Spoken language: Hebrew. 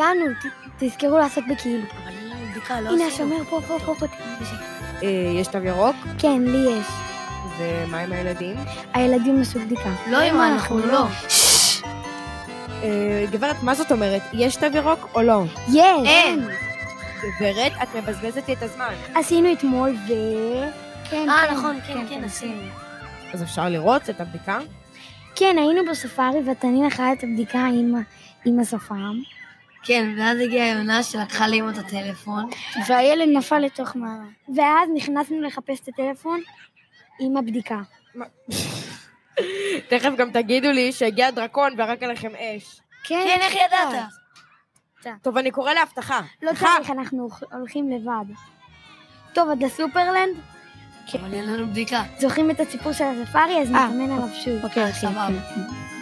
הגענו, תזכרו לעשות בכאילו. אבל אין לנו בדיקה, לא הנה עשינו. השומר פה. יש תו ירוק? כן, לי יש. ומה עם הילדים? הילדים עשו בדיקה. לא, אמא, אנחנו לא. גברת, מה זאת אומרת? יש תו ירוק או לא? יש. אין. גברת, את מבזבזת לי את הזמן. עשינו אתמול כן. נכון, כן, עשינו. אז אפשר לראות את הבדיקה? כן, היינו בספארי ותנין אחת את הבדיקה עם השפם. כן, ואז הגיעה יונה שלקחה לאמא את הטלפון. והילד נפל לתוך מערה. ואז נכנסנו לחפש את הטלפון עם הבדיקה. תכף גם תגידו לי שהגיע דרקון ורק עליכם אש. כן, איך ידעת? טוב, אני קורא להבטחה. לא צריך, אנחנו הולכים לבד. טוב, עד לסופרלנד? אבל אין לנו בדיקה. זוכרים את הסיפור של הספארי, אז נתאמן עליו שוב. סבבה.